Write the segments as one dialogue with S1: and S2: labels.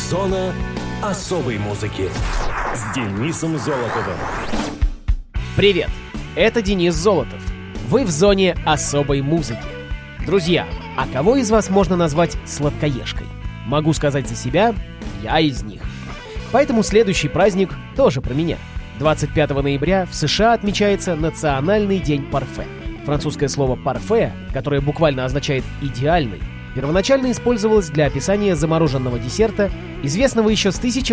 S1: Зона особой музыки с Денисом Золотовым.
S2: Привет, это Денис Золотов. Вы в зоне особой музыки. Друзья, а кого из вас можно назвать сладкоежкой? Могу сказать за себя, я из них. Поэтому следующий праздник тоже про меня. 25 ноября в США отмечается Национальный день парфе. Французское слово «парфе», которое буквально означает «идеальный», первоначально использовалось для описания замороженного десерта, известного еще с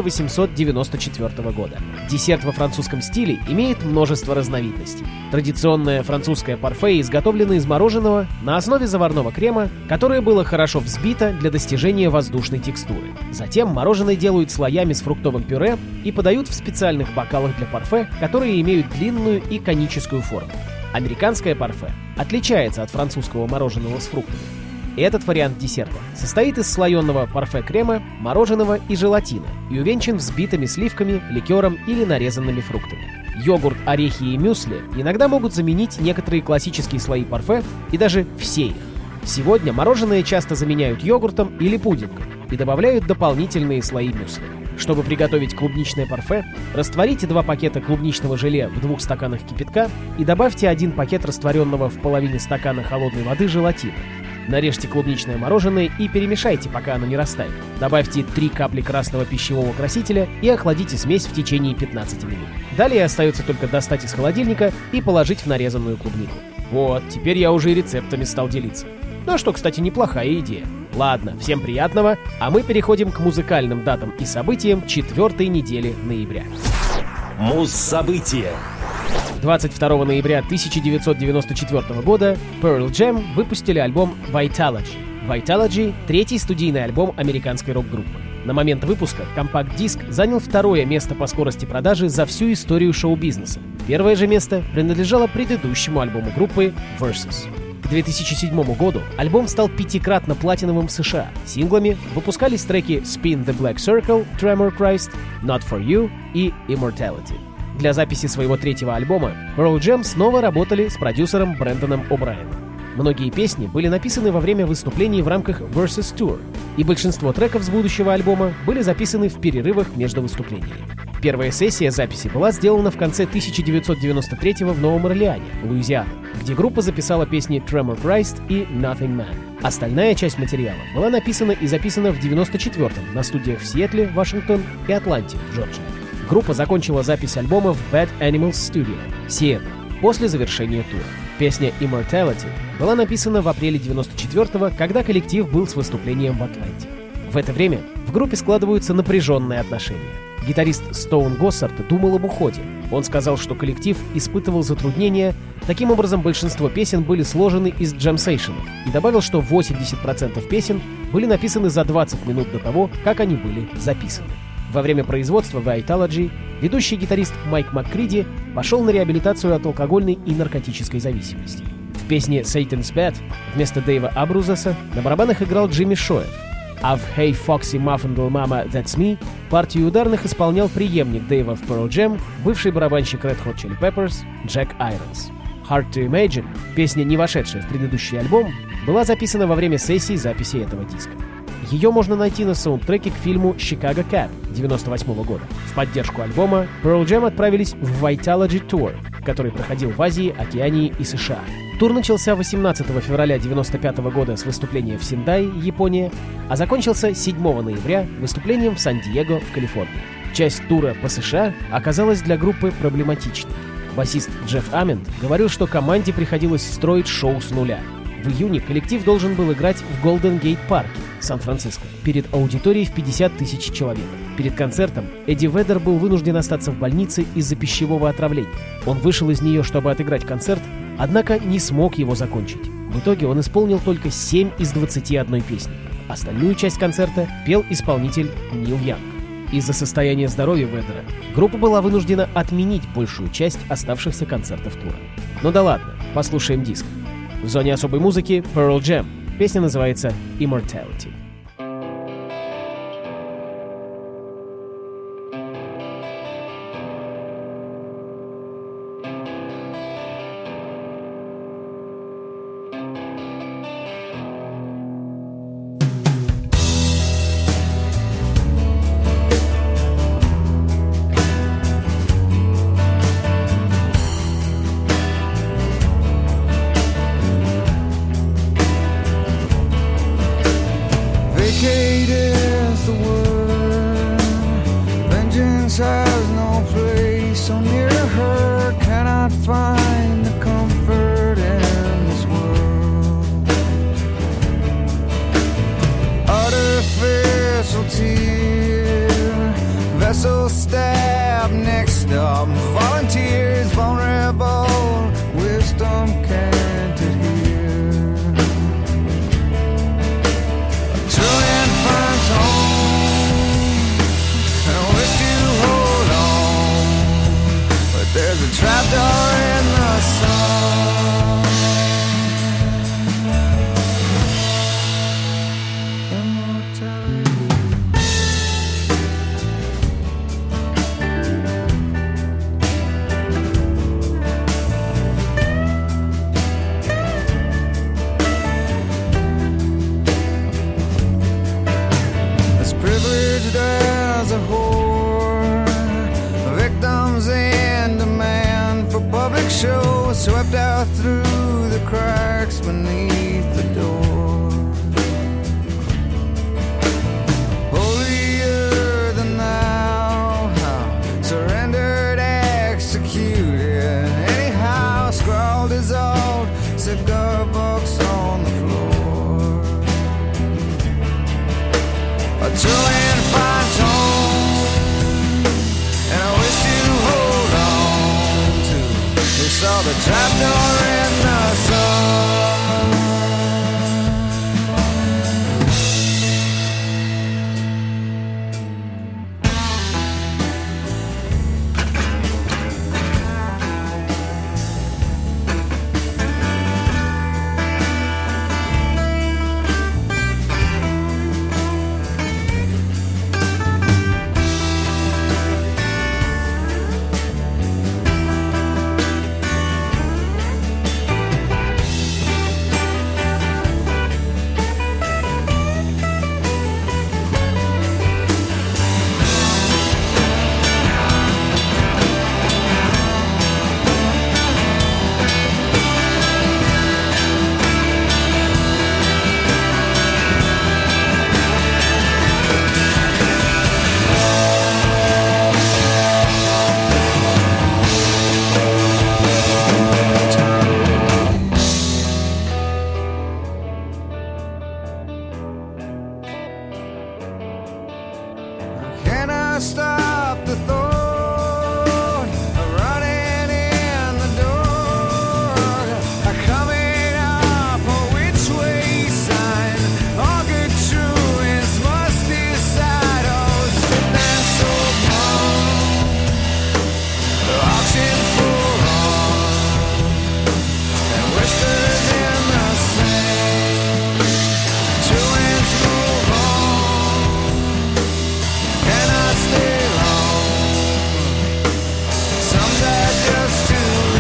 S2: 1894 года. Десерт во французском стиле имеет множество разновидностей. Традиционное французское парфе изготовлено из мороженого на основе заварного крема, которое было хорошо взбито для достижения воздушной текстуры. Затем мороженое делают слоями с фруктовым пюре и подают в специальных бокалах для парфе, которые имеют длинную и коническую форму. Американское парфе отличается от французского мороженого с фруктами. Этот вариант десерта состоит из слоеного парфе-крема, мороженого и желатина и увенчан взбитыми сливками, ликером или нарезанными фруктами. Йогурт, орехи и мюсли иногда могут заменить некоторые классические слои парфе и даже все их. Сегодня мороженое часто заменяют йогуртом или пудингом и добавляют дополнительные слои мюсли. Чтобы приготовить клубничное парфе, растворите 2 пакета клубничного желе в 2 стаканах кипятка и добавьте 1 пакет растворенного в половине стакана холодной воды желатина. Нарежьте клубничное мороженое и перемешайте, пока оно не растает. Добавьте 3 капли красного пищевого красителя и охладите смесь в течение 15 минут. Далее остается только достать из холодильника и положить в нарезанную клубнику. Вот, теперь я уже и рецептами стал делиться. Ну что, кстати, неплохая идея. Ладно, всем приятного, а мы переходим к музыкальным датам и событиям 4-й недели ноября.
S1: Муз-события.
S2: 22 ноября 1994 года Pearl Jam выпустили альбом Vitalogy. Vitalogy — 3-й студийный альбом американской рок-группы. На момент выпуска компакт-диск занял 2-е место по скорости продажи за всю историю шоу-бизнеса. 1-е же место принадлежало предыдущему альбому группы Versus. К 2007 году альбом стал 5-кратно платиновым в США. Синглами выпускались треки Spin the Black Circle, Tremor Christ, Not for You и Immortality. Для записи своего 3-го альбома Pearl Jam снова работали с продюсером Брэндоном О'Брайеном. Многие песни были написаны во время выступлений в рамках Versus Tour, и большинство треков с будущего альбома были записаны в перерывах между выступлениями. Первая сессия записи была сделана в конце 1993-го в Новом Орлеане, Луизиана, где группа записала песни Tremor Christ и Nothing Man. Остальная часть материала была написана и записана в 1994-м на студиях в Сиэтле, Вашингтон и Атланте, Джорджия. Группа закончила запись альбома в Bad Animals Studio, Сиэтл, после завершения тура. Песня Immortality была написана в апреле 1994-го, когда коллектив был с выступлением в Атланте. В это время в группе складываются напряженные отношения. Гитарист Стоун Госсард думал об уходе. Он сказал, что коллектив испытывал затруднения, таким образом большинство песен были сложены из джемсейшенов, и добавил, что 80% песен были написаны за 20 минут до того, как они были записаны. Во время производства Vitalogy ведущий гитарист Майк МакКриди пошел на реабилитацию от алкогольной и наркотической зависимости. В песне Satan's Bed вместо Дэйва Абрузеса на барабанах играл Джимми Шоев, а в Hey Foxy Muffin Little Mama That's Me партию ударных исполнял преемник Дэйва в Pearl Jam, бывший барабанщик Red Hot Chili Peppers Джек Айронс. Hard to Imagine, песня, не вошедшая в предыдущий альбом, была записана во время сессии записи этого диска. Ее можно найти на саундтреке к фильму «Chicago Cab» 1998 года. В поддержку альбома Pearl Jam отправились в Vitalogy Tour, который проходил в Азии, Океании и США. Тур начался 18 февраля 1995 года с выступления в Синдай, Япония, а закончился 7 ноября выступлением в Сан-Диего, в Калифорнии. Часть тура по США оказалась для группы проблематичной. Басист Джефф Амент говорил, что команде приходилось строить шоу с нуля. В июне коллектив должен был играть в Голден Гейт Парке, Сан-Франциско, перед аудиторией в 50 тысяч человек. Перед концертом Эдди Веддер был вынужден остаться в больнице из-за пищевого отравления. Он вышел из нее, чтобы отыграть концерт, однако не смог его закончить. В итоге он исполнил только 7 из 21 песни. Остальную часть концерта пел исполнитель Нил Янг. Из-за состояния здоровья Веддера группа была вынуждена отменить большую часть оставшихся концертов тура. Ну да ладно, послушаем диск. В зоне особой музыки Pearl Jam. Песня называется Immortality.
S3: Vacate is the word. Vengeance has no place. So near her cannot find the comfort in this world. Artificial tear, vessel stab, next up. Volunteers vulnerable, wisdom can't adhere. Truant finds home and wish to hold on, but there's a trapdoor in the sun. Privileged as a whore, victims in demand for public show, swept out through the cracks beneath the door. Holier than thou, surrendered, executed. Anyhow, scrawled his old cigar box on the floor. A truant finds home, and I wish to hold on to. We saw the trapdoor in the sun. Can I stop the thought of running in the door? Coming up a which way sign? All good truants must decide. Oh, skip that so long, auction for all, and whispers in the sand. Truants move on. Can I stay long? Some die just to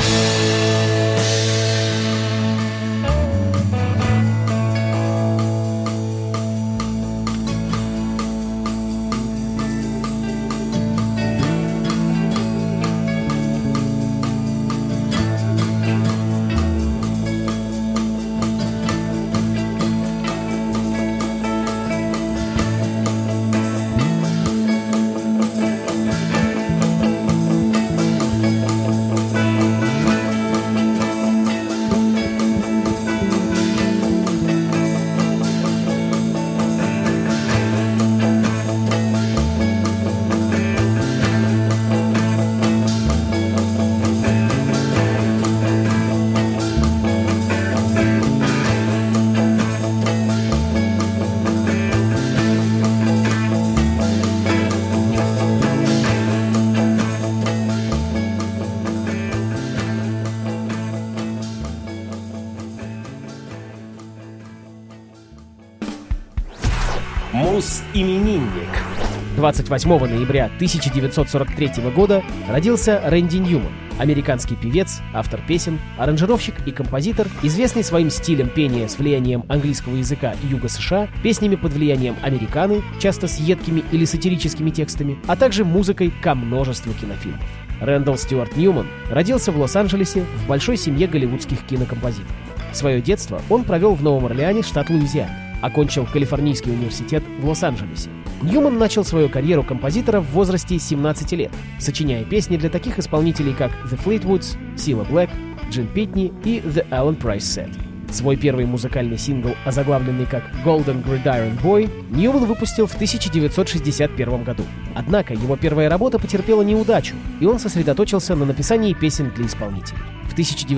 S1: Муз-именинник.
S2: 28 ноября 1943 года родился Рэнди Ньюман, американский певец, автор песен, аранжировщик и композитор, известный своим стилем пения с влиянием английского языка Юга США, песнями под влиянием американы, часто с едкими или сатирическими текстами, а также музыкой ко множеству кинофильмов. Рэндалл Стюарт Ньюман родился в Лос-Анджелесе в большой семье голливудских кинокомпозиторов. Свое детство он провел в Новом Орлеане, штат Луизиана. окончил Калифорнийский университет в Лос-Анджелесе. Ньюман начал свою карьеру композитора в возрасте 17 лет, сочиняя песни для таких исполнителей, как The Fleetwoods, Cilla Black, Gene Pitney и The Alan Price Set. Свой первый музыкальный сингл, озаглавленный как Golden Gridiron Boy, Ньюман выпустил в 1961 году. Однако его первая работа потерпела неудачу, и он сосредоточился на написании песен для исполнителей. В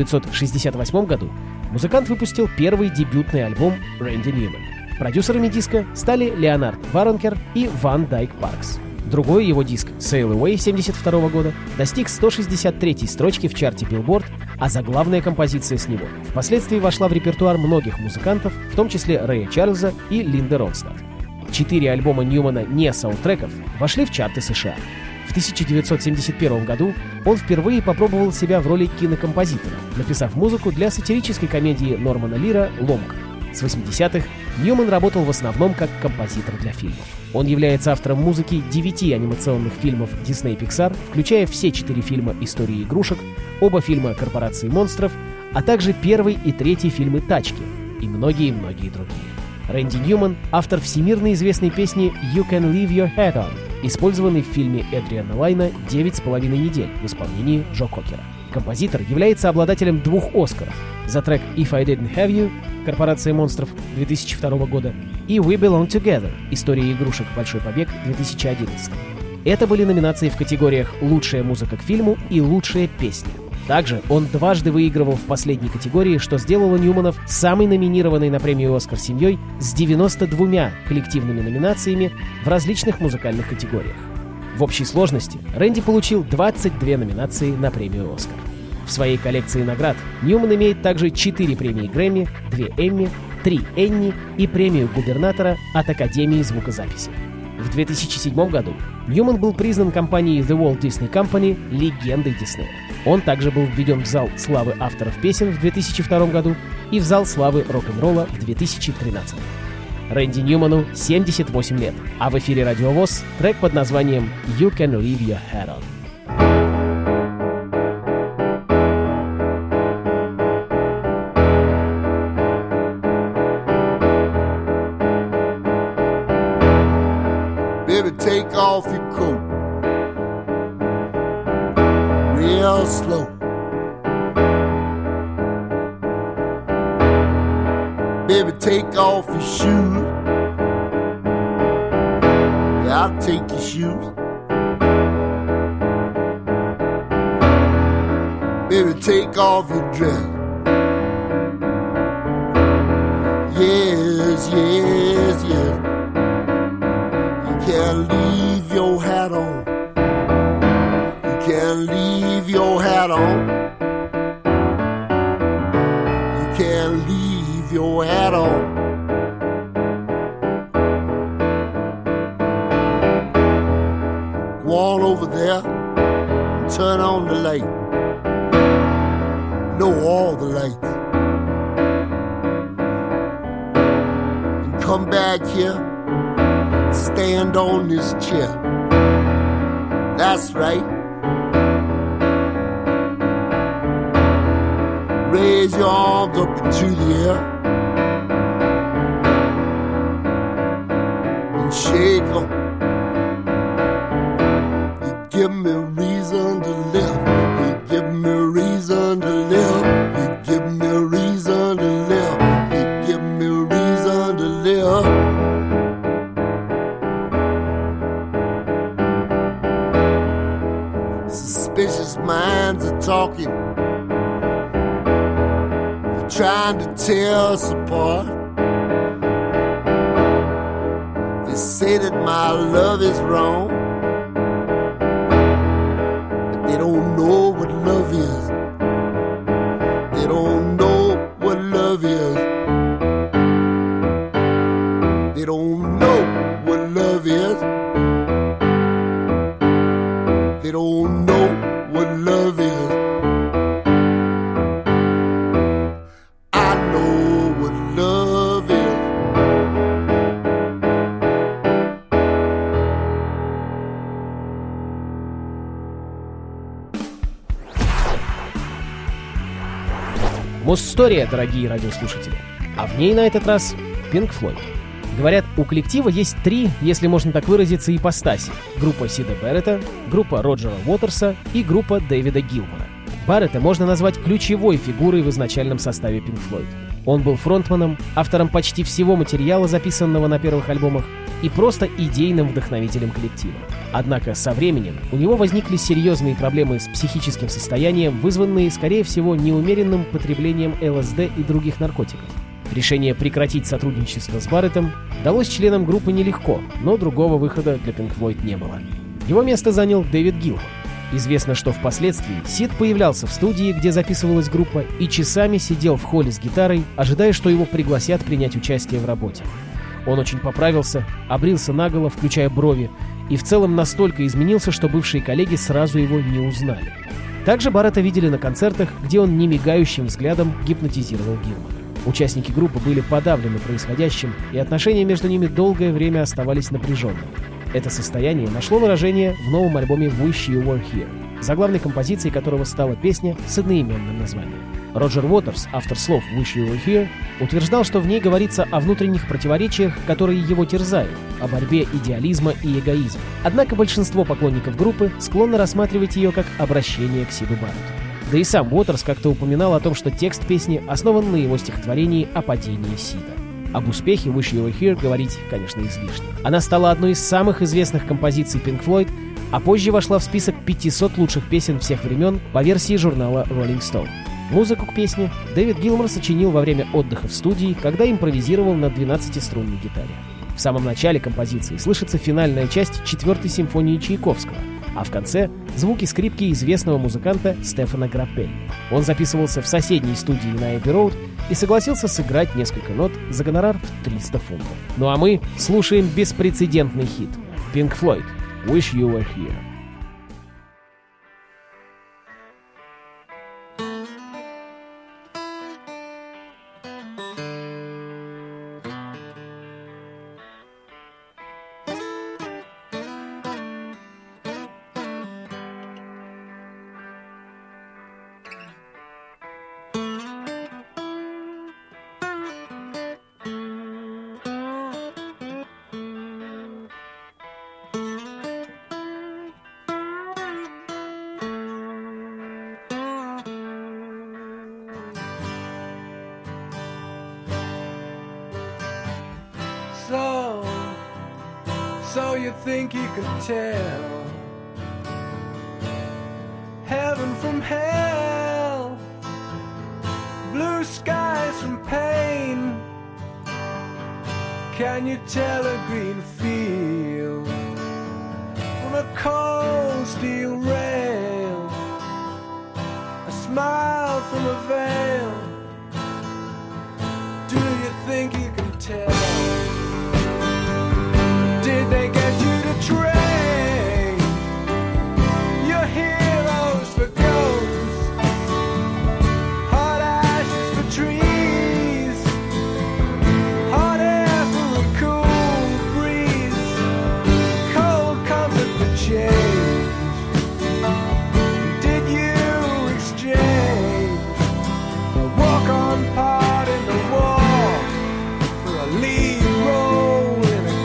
S2: 1968 году музыкант выпустил первый дебютный альбом Randy Newman. Продюсерами диска стали Леонард Варонкер и Ван Дайк Паркс. Другой его диск Sail Away 1972 года достиг 163-й строчки в чарте Billboard, а заглавная композиция с него впоследствии вошла в репертуар многих музыкантов, в том числе Рэя Чарльза и Линды Ронстадт. 4 альбома Ньюмана не саундтреков вошли в чарты США. В 1971 году он впервые попробовал себя в роли кинокомпозитора, написав музыку для сатирической комедии Нормана Лира «Ломка». С 80-х Ньюман работал в основном как композитор для фильмов. Он является автором музыки 9 анимационных фильмов Disney Pixar, включая все 4 фильма «Истории игрушек», оба фильма «Корпорации монстров», а также первый и третий фильмы «Тачки» и многие-многие другие. Рэнди Ньюман — автор всемирно известной песни «You Can Leave Your Hat On», использованной в фильме Эдриана Лайна «9,5 недель» в исполнении Джо Кокера. Композитор является обладателем 2 Оскаров за трек «If I Didn't Have You» «Корпорация монстров» 2002 года и «We Belong Together» «История игрушек. Большой побег» 2011. Это были номинации в категориях «Лучшая музыка к фильму» и «Лучшая песня». Также он дважды выигрывал в последней категории, что сделало Ньюманов самой номинированной на премию «Оскар» семьей с 92 коллективными номинациями в различных музыкальных категориях. В общей сложности Рэнди получил 22 номинации на премию «Оскар». В своей коллекции наград Ньюман имеет также 4 премии Грэмми, 2 Эмми, 3 Энни и премию губернатора от Академии звукозаписи. В 2007 году Ньюман был признан компанией The Walt Disney Company легендой Диснея. Он также был введен в зал славы авторов песен в 2002 году и в зал славы рок-н-ролла в 2013. Рэнди Ньюману 78 лет, а в эфире Радио ВОС трек под названием «You Can Leave Your Hat On».
S4: Baby, take off your coat real slow. Baby, take off your shoes. Yeah, I'll take your shoes. Baby, take off your dress. Yes, yes, yes. You can't leave your hat on. You can't leave your hat on. You can't leave your hat on. Go on over there and turn on the light. Know all the lights. And come back here. Stand on this chair. That's right. Raise your arms up into the air and shake them. You give me reason to live. You give me reason to live. You give me reason to live. You give me reason to live. Suspicious minds are talking, they're trying to tear us apart. They say that my love is wrong, but they don't know what love is. They don't know what love is. They don't know what love is. They don't know what love is. I know what love is.
S2: Муз-история, дорогие радиослушатели. А в ней на этот раз Pink Floyd. Говорят, у коллектива есть 3, если можно так выразиться, ипостаси. Группа Сида Барретта, группа Роджера Уотерса и группа Дэвида Гилмора. Барретта можно назвать ключевой фигурой в изначальном составе Pink Floyd. Он был фронтманом, автором почти всего материала, записанного на первых альбомах, и просто идейным вдохновителем коллектива. Однако со временем у него возникли серьезные проблемы с психическим состоянием, вызванные, скорее всего, неумеренным потреблением ЛСД и других наркотиков. Решение прекратить сотрудничество с Барреттом далось членам группы нелегко, но другого выхода для Pink Floyd не было. Его место занял Дэвид Гилмор. Известно, что впоследствии Сид появлялся в студии, где записывалась группа, и часами сидел в холле с гитарой, ожидая, что его пригласят принять участие в работе. Он очень поправился, обрился наголо, включая брови, и в целом настолько изменился, что бывшие коллеги сразу его не узнали. Также Барретта видели на концертах, где он немигающим взглядом гипнотизировал Гилмора. Участники группы были подавлены происходящим, и отношения между ними долгое время оставались напряженными. Это состояние нашло выражение в новом альбоме «Wish You Were Here», заглавной композицией которого стала песня с одноименным названием. Роджер Уотерс, автор слов «Wish You Were Here», утверждал, что в ней говорится о внутренних противоречиях, которые его терзают, о борьбе идеализма и эгоизма. Однако большинство поклонников группы склонно рассматривать ее как обращение к Сиду Барретту. Да и сам Уотерс как-то упоминал о том, что текст песни основан на его стихотворении о падении Сида. Об успехе «Wish You Were Here» говорить, конечно, излишне. Она стала одной из самых известных композиций Pink Floyd, а позже вошла в список 500 лучших песен всех времен по версии журнала Rolling Stone. Музыку к песне Дэвид Гилмор сочинил во время отдыха в студии, когда импровизировал на 12-струнной гитаре. В самом начале композиции слышится финальная часть 4-й симфонии Чайковского, а в конце — звуки скрипки известного музыканта Стефана Граппелли. Он записывался в соседней студии на Эбби-Роуд и согласился сыграть несколько нот за гонорар в 300 фунтов. Ну а мы слушаем беспрецедентный хит Pink Floyd «Wish You Were Here».
S3: So you think you can tell heaven from hell, blue skies from pain? Can you tell a green field from a cold steel rail, a smile from a veil? Do you think you can tell? Did they get you to trade your heroes for ghosts, hot ashes for trees, hot air for a cool breeze, cold comfort for change? Did you exchange a walk-on part in the war for a lead role in a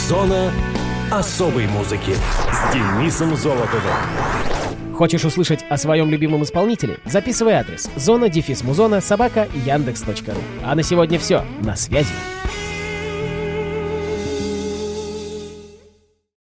S1: Зона особой музыки с Денисом Золотовым.
S2: Хочешь услышать о своем любимом исполнителе? Записывай адрес: zona-muzona@yandex.ru. А на сегодня все. На связи.